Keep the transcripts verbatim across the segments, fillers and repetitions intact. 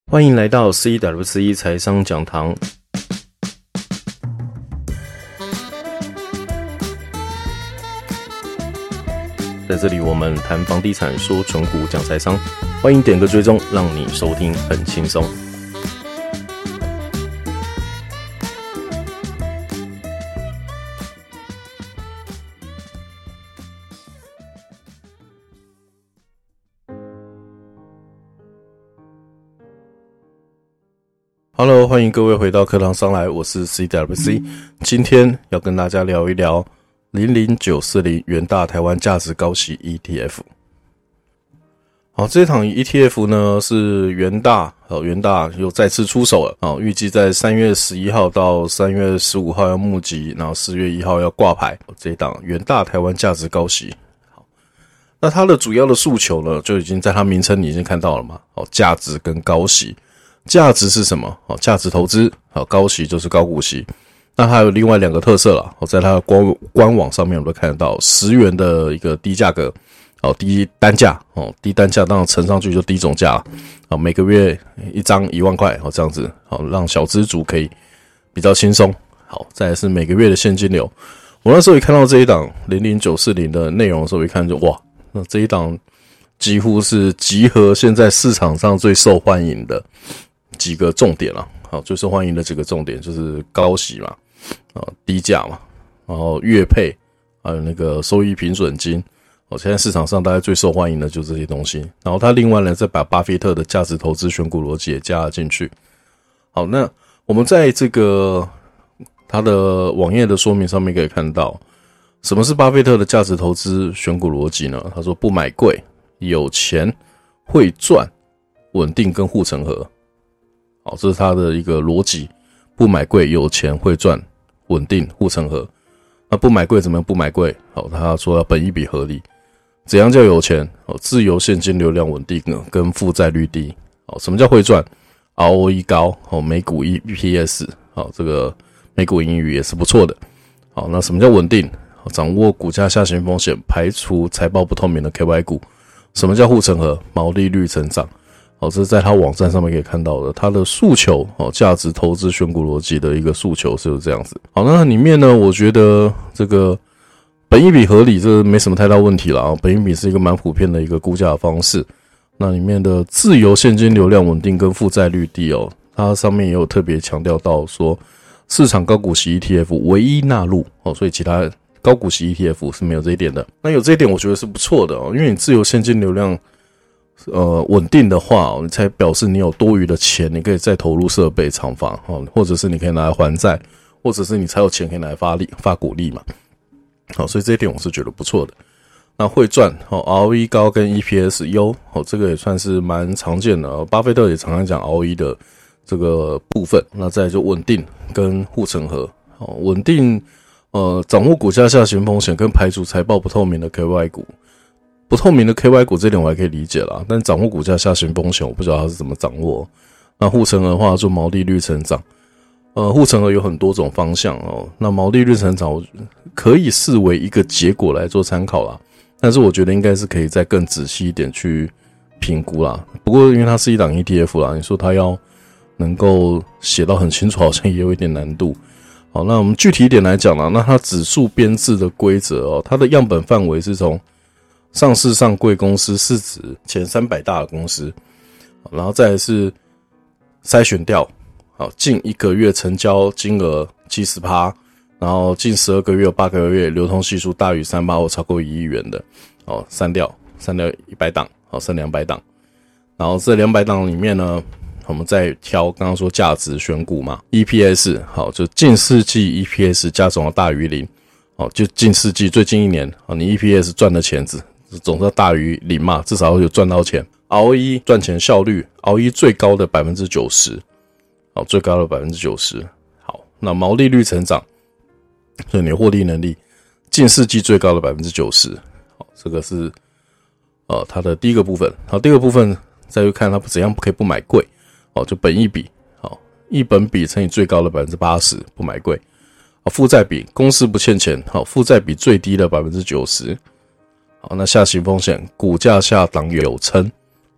欢迎来到 C W C 财商讲堂。在这里我们谈房地产，说存股，讲财商。欢迎点个追踪，让你收听很轻松。Hello， 欢迎各位回到课堂上来，我是 C W C。今天要跟大家聊一聊零零九四零元大台湾价值高息 E T F。好，这场 E T F 呢是元大，哦，元大又再次出手了，哦，预计在三月十一号到三月十五号要募集，然后四月一号要挂牌。这一档元大台湾价值高息，好，那它的主要的诉求呢，就已经在它名称你已经看到了嘛，哦，价值跟高息。价值是什么？哦，价值投资，好，高息就是高股息。那还有另外两个特色啦，我在它的官官网上面我们都看得到十元的一个低价格，哦，低单价，哦，低单价当然乘上去就低总价了，哦，每个月一张一万块，哦，这样子，好，让小资族可以比较轻松。好，再来是每个月的现金流。我那时候一看到这一档零零九四零的内容的时候，一看就哇，那这一档几乎是集合现在市场上最受欢迎的几个重点啦，好，最受欢迎的几个重点就是高息嘛，啊，低价嘛，然后月配，还有那个收益平准金，哦，现在市场上大概最受欢迎的就是这些东西。然后他另外呢，再把巴菲特的价值投资选股逻辑也加了进去。好，那我们在这个他的网页的说明上面可以看到，什么是巴菲特的价值投资选股逻辑呢？他说不买贵，有钱，会赚，稳定跟护城河。好，这是他的一个逻辑，不买贵，有钱，会赚，稳定，护城河。那不买贵怎么样？不买贵，好，他说要本益比合理。怎样叫有钱？好，自由现金流量稳定跟负债率低。好，什么叫会赚 ？R O E 高，好，每股 E P S， 好，这个每股盈余也是不错的。好，那什么叫稳定？掌握股价下行风险，排除财报不透明的 K Y 股。什么叫护城河？毛利率成长。好，这是在他网站上面可以看到的，他的诉求，哦，价值投资选股逻辑的一个诉求是这样子。好，那里面呢，我觉得这个本益比合理，这没什么太大问题啦，哦，本益比是一个蛮普遍的一个估价的方式。那里面的自由现金流量稳定跟负债率低哦，它上面也有特别强调到说，市场高股息 E T F 唯一纳入哦，所以其他高股息 E T F 是没有这一点的。那有这一点，我觉得是不错的哦，因为你自由现金流量呃，稳定的话，你才表示你有多余的钱，你可以再投入设备厂房，或者是你可以拿来还债，或者是你才有钱可以拿来发利发股利嘛。好，所以这一点我是觉得不错的。那会赚，R O E 高跟 E P S 优，这个也算是蛮常见的。巴菲特也常常讲 R O E 的这个部分。那再来就稳定跟护城河，稳定呃掌握股价下行风险跟排除财报不透明的 K Y 股。不透明的 K Y 股这点我还可以理解啦，但掌握股价下行风险我不知道它是怎么掌握。那护城河的话就毛利率成长，呃，护城河有很多种方向哦。那毛利率成长可以视为一个结果来做参考啦，但是我觉得应该是可以再更仔细一点去评估啦。不过因为它是一档 E T F 啦，你说它要能够写到很清楚，好像也有一点难度。好，那我们具体一点来讲啦，那它指数编制的规则哦，它的样本范围是从上市上柜公司市值前三百大的公司，然后再来是筛选掉，好，近一个月成交金额 百分之七十， 然后近十二个月八个月流通系数大于 百分之三 或超过一亿元的，好，删掉删掉一百档，好，剩两百档。然后这两百档里面呢，我们再挑刚刚说价值选股嘛 ，E P S， 好，就近四季 E P S 加总要大于零，好，就近四季最近一年，好，你 E P S 赚的钱总是要大于零嘛，至少有赚到钱。R O E 赚钱效率 ，R O E 最高的 百分之九十， 好，最高的 百分之九十。好，那毛利率成长，所以你的获利能力近四季最高的 百分之九十， 好，这个是呃它的第一个部分。好，第二个部分再去看它怎样可以不买贵，好，就本益比，好，一本比乘以最高的 百分之八十， 不买贵。好，负债比，公司不欠钱，好，负债比最低的 百分之九十。好，那下行风险，股价下档有撑，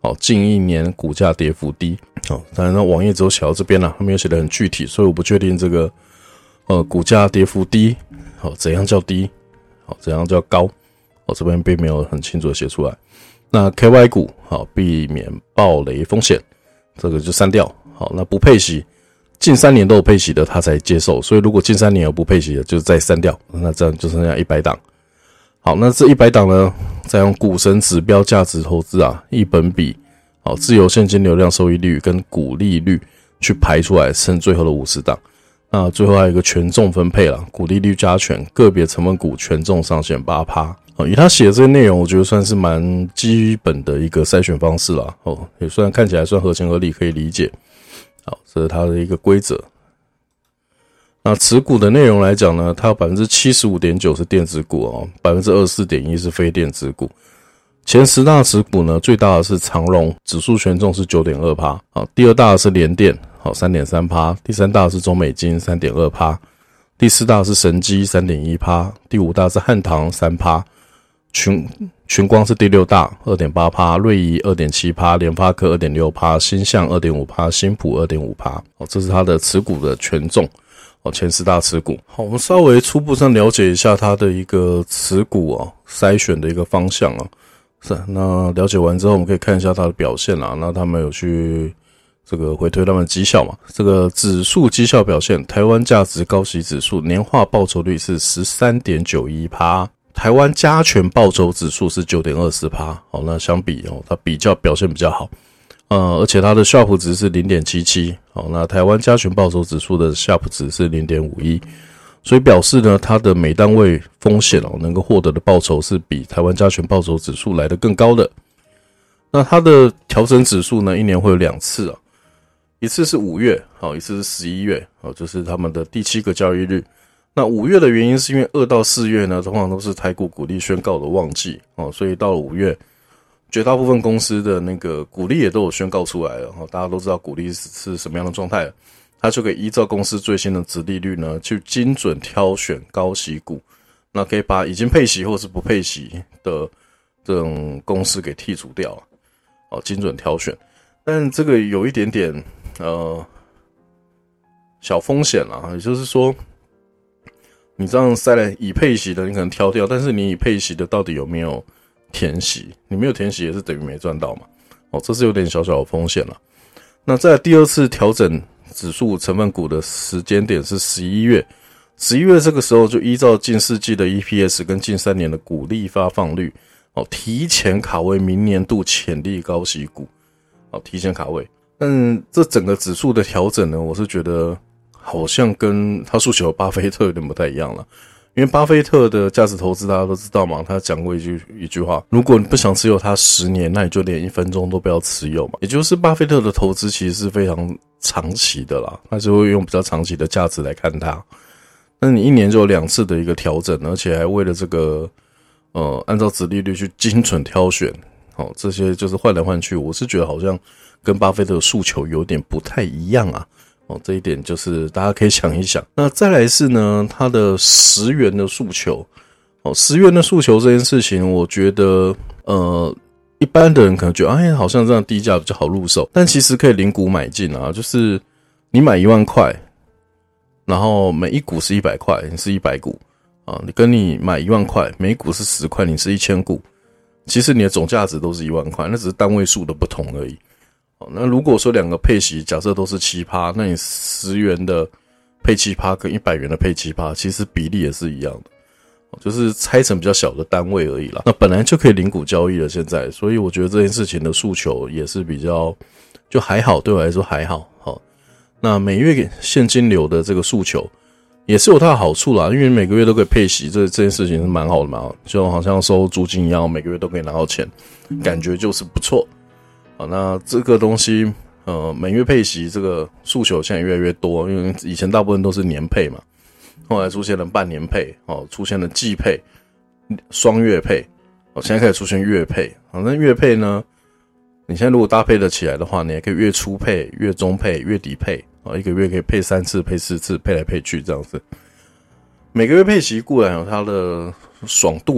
好，近一年股价跌幅低。好，当然网页只有写到这边啦，他没有写得很具体，所以我不确定这个呃股价跌幅低，好，怎样叫低？好，怎样叫高？好，这边并没有很清楚的写出来。那 K Y 股，好，避免暴雷风险，这个就删掉。好，那不配息，近三年都有配息的，他才接受。所以如果近三年有不配息的，就再删掉。那这样就剩下一百档。好，那这一百档呢，再用股神指标价值投资啊，一本比，好，自由现金流量收益率跟股利率去排出来，剩最后的五十档。那最后还有一个权重分配啦，股利率加权，个别成分股权重上限 百分之八。以他写的这些内容，我觉得算是蛮基本的一个筛选方式啦。哦，也算看起来算合情合理，可以理解。好，这是它的一个规则。那持股的内容来讲呢，它有 百分之七十五点九 是电子股哦 ，百分之二十四点一 是非电子股。前十大持股呢，最大的是长荣，指数权重是 百分之九点二。好，第二大的是联电，好 百分之三点三。第三大的是中美金 百分之三点二。第四大是神基 百分之三点一。第五大是汉唐 百分之三。群群光是第六大 百分之二点八， 瑞仪 百分之二点七， 联发科 百分之二点六， 新象 百分之二点五， 新普 百分之二点五。 好，这是它的持股的权重，好，前十大持股。好，我们稍微初步上了解一下它的一个持股哦，筛选的一个方向哦。是，那了解完之后，我们可以看一下它的表现啦。那他们有去这个回推他们的绩效嘛？这个指数绩效表现，台湾价值高息指数年化报酬率是 百分之十三点九一。台湾加权报酬指数是 百分之九点二四。好，那相比哦，它比较表现比较好。呃，而且它的 Sharp 值是 零点七七。好，那台湾加权报酬指数的 Sharp 值是 零点五一。所以表示呢，它的每单位风险哦，能够获得的报酬是比台湾加权报酬指数来得更高的。那它的调整指数呢，一年会有两次啊，一次是五月，好，一次是十一月，好，就是他们的第七个交易日。那五月的原因是因为二到四月呢，通常都是台股股利宣告的旺季哦，所以到了五月，绝大部分公司的那个股利也都有宣告出来了哦，大家都知道股利是什么样的状态了，它就可以依照公司最新的殖利率呢，去精准挑选高息股，那可以把已经配息或是不配息的这种公司给剔除掉了，哦，精准挑选，但这个有一点点呃小风险啦，也就是说。你这样塞来已配息的，你可能挑掉，但是你已配息的到底有没有填息？你没有填息也是等于没赚到嘛。哦，这是有点小小的风险啦。那在第二次调整指数成分股的时间点是十一月，十一月这个时候就依照近世纪的 E P S 跟近三年的股利发放率，哦，提前卡位明年度潜力高息股，哦，提前卡位。但这整个指数的调整呢，我是觉得。好像跟他诉求巴菲特有点不太一样了，因为巴菲特的价值投资大家都知道嘛，他讲过一句一句话，如果你不想持有它十年，那你就连一分钟都不要持有嘛。也就是巴菲特的投资其实是非常长期的啦，他就会用比较长期的价值来看它。那你一年就有两次的一个调整，而且还为了这个呃按照殖利率去精准挑选，哦，这些就是换来换去，我是觉得好像跟巴菲特的诉求有点不太一样啊。哦，这一点就是大家可以想一想。那再来是呢，它的十元的诉求。哦，十元的诉求这件事情，我觉得呃，一般的人可能觉得，哎，好像这样低价比较好入手，但其实可以零股买进啊，就是你买一万块，然后每一股是一百块，你是一百股啊，你跟你买一万块，每一股是十块，你是一千股，其实你的总价值都是一万块，那只是单位数的不同而已。那如果说两个配息假设都是 百分之七， 那你十元的配 百分之七 跟一百元的配 百分之七， 其实比例也是一样的，就是拆成比较小的单位而已啦。那本来就可以零股交易了现在，所以我觉得这件事情的诉求也是比较就还好，对我来说还好。好，那每月现金流的这个诉求也是有它的好处啦，因为每个月都可以配息，这这件事情是蛮好的嘛，就好像收租金一样，每个月都可以拿到钱，感觉就是不错。好，那这个东西，呃，每月配息这个诉求现在越来越多，因为以前大部分都是年配嘛，后来出现了半年配，哦，出现了季配、双月配，哦，现在开始出现月配。好，那月配呢，你现在如果搭配得起来的话，你还可以月初配、月中配、月底配，哦，一个月可以配三次、配四次，配来配去这样子。每个月配息固然有它的爽度啦。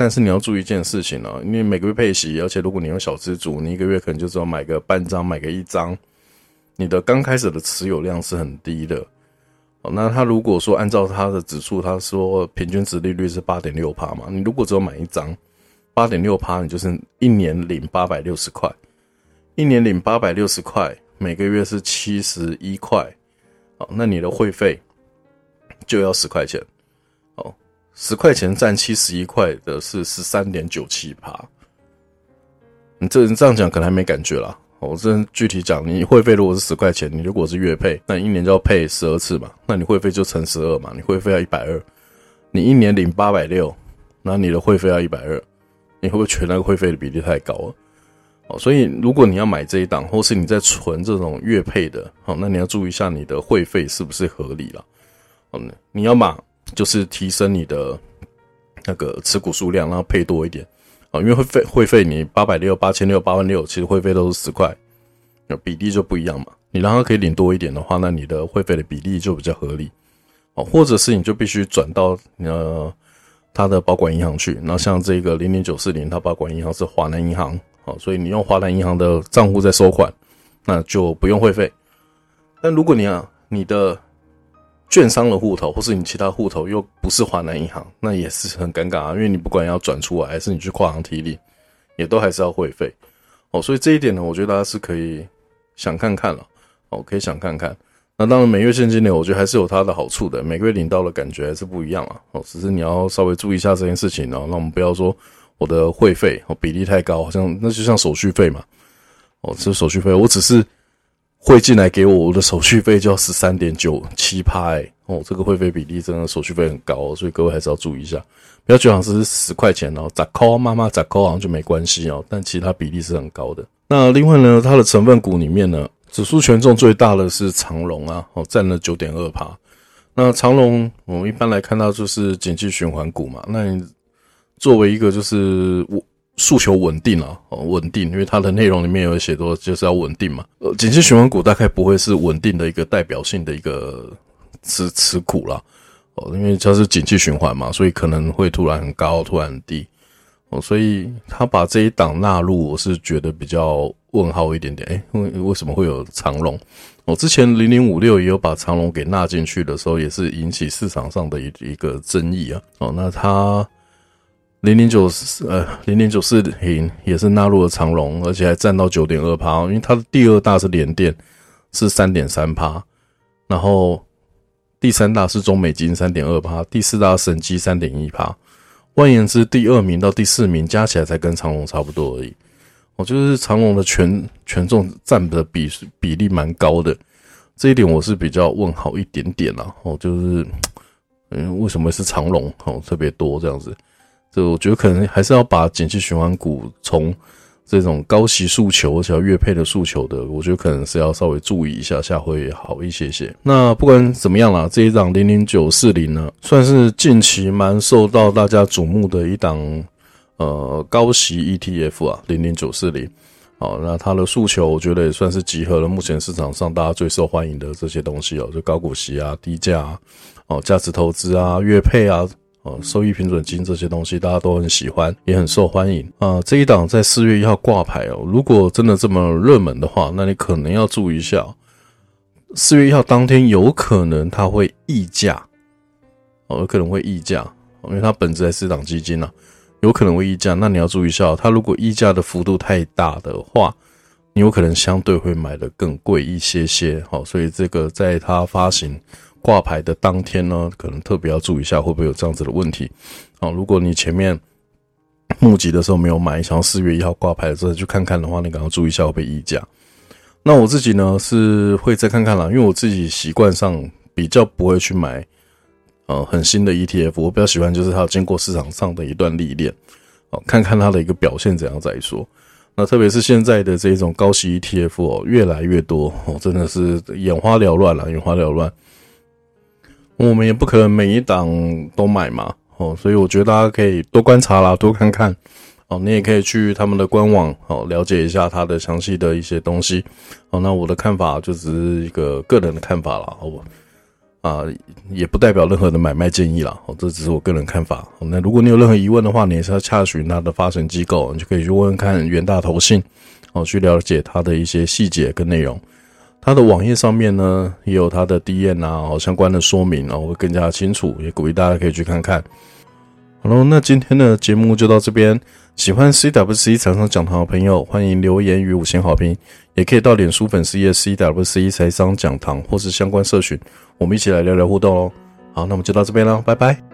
但是你要注意一件事情哦，因为每个月配息，而且如果你用小资族，你一个月可能就只有买个半张，买个一张，你的刚开始的持有量是很低的。哦，那他如果说按照他的指数，他说平均殖利率是 百分之八点六 嘛，你如果只有买一张 百分之八点六 你就是一年领八百六十块，一年领八百六十块，每个月是七十一块。好，那你的会费就要十块钱。哦，十块钱占七十一块的是 百分之十三点九七。你这这样讲可能还没感觉啦。我这具体讲，你会费如果是十块钱，你如果是月配，那你一年就要配十二次嘛，那你会费就乘十二嘛，你会费要一百二十，你一年领八百六十，那你的会费要一百二十，你会不会觉得那个会费的比例太高了？哦，所以如果你要买这一档，或是你在存这种月配的，好，那你要注意一下你的会费是不是合理啦。哦，你要嘛就是提升你的那个持股数量，然后配多一点。哦，因为会费会费你八百六十、八千六百、八万六，其实会费都是十块，比例就不一样嘛。你让他可以领多一点的话，那你的会费的比例就比较合理。哦，或者是你就必须转到呃他的保管银行去。那像这个零零九四零，它保管银行是华南银行，好，所以你用华南银行的账户在收款，那就不用会费。但如果你啊你的券商的户头或是你其他户头又不是华南银行，那也是很尴尬啊，因为你不管要转出来还是你去跨行提领，也都还是要会费。哦，所以这一点呢，我觉得大家是可以想看看了。哦，可以想看看。那当然每月现金流我觉得还是有它的好处的，每个月领到的感觉还是不一样啊。哦，只是你要稍微注意一下这件事情哦，那我们不要说我的会费哦比例太高，好像那就像手续费嘛。哦，这是手续费，我只是汇进来给我，我的手续费就要 百分之十三点九七 欸，哦，这个会费比例真的手续费很高哦，所以各位还是要注意一下，不要觉得好像是十块钱哦，十块妈妈十块好像就没关系哦，但其实它比例是很高的。那另外呢，它的成分股里面呢，指数权重最大的是长荣啊，哦，占了 百分之九点二。那长荣我们一般来看到就是景气循环股嘛，那你作为一个就是我诉求稳定啊，哦，稳定，因为它的内容里面有写多就是要稳定嘛。呃，景气循环股大概不会是稳定的一个代表性的一个持持股啦，哦，因为它是景气循环嘛，所以可能会突然很高，突然很低，哦，所以他把这一档纳入，我是觉得比较问号一点点。诶，为为什么会有长荣？哦，之前零零五六也有把长荣给纳进去的时候，也是引起市场上的一一个争议啊。哦，那他零零九呃零零九四零也是纳入了长荣，而且还占到 百分之九点二， 因为它的第二大是联电是 百分之三点三， 然后第三大是中美金 百分之三点二， 第四大神基 百分之三点一。 换言之，第二名到第四名加起来才跟长荣差不多而已。我就是长荣的权权重占的比比例蛮高的，这一点我是比较问号一点点啦。哦，就是嗯为什么是长荣哦特别多这样子？这我觉得可能还是要把景气循环股从这种高息诉求而且要月配的诉求的，我觉得可能是要稍微注意一下下会好一些些。那不管怎么样啦，这一档零零九四零呢，算是近期蛮受到大家瞩目的一档呃高息 E T F 啊，零零九四零。好，那它的诉求我觉得也算是集合了目前市场上大家最受欢迎的这些东西哦，就高股息啊、低价啊、哦价值投资啊、月配啊。哦，收益平准金这些东西大家都很喜欢，也很受欢迎啊、呃。这一档在四月一号挂牌哦，如果真的这么热门的话，那你可能要注意一下，四月一号当天有可能它会溢价，哦，有可能会溢价，因为它本质还是档基金啊，有可能会溢价。那你要注意一下，它如果溢价的幅度太大的话，你有可能相对会买得更贵一些些。好，所以这个在它发行挂牌的当天呢，可能特别要注意一下会不会有这样子的问题。好，如果你前面募集的时候没有买，想要四月一号挂牌的时候去看看的话，你赶快注意一下会不会溢价。那我自己呢是会再看看啦，因为我自己习惯上比较不会去买呃很新的 E T F， 我比较喜欢就是它经过市场上的一段历练，哦，看看它的一个表现怎样再说。那特别是现在的这种高息 E T F 哦，越来越多哦，真的是眼花缭乱啦，眼花缭乱。我们也不可能每一档都买嘛，哦，所以我觉得大家可以多观察啦，多看看，哦，你也可以去他们的官网，哦，了解一下它的详细的一些东西，哦，那我的看法就只是一个个人的看法啦，哦， 啊，也不代表任何的买卖建议啦，哦，这只是我个人看法。那如果你有任何疑问的话，你也是要洽询他的发行机构，你就可以去问问看元大投信，哦，去了解它的一些细节跟内容。它的网页上面呢，也有它的 D N 啊，哦，相关的说明，哦，会更加清楚，也鼓励大家可以去看看。好咯，那今天的节目就到这边。喜欢 C W C 财商讲堂的朋友，欢迎留言与五星好评，也可以到脸书粉丝页 C W C 财商讲堂或是相关社群，我们一起来聊聊互动咯。好，那我们就到这边了，拜拜。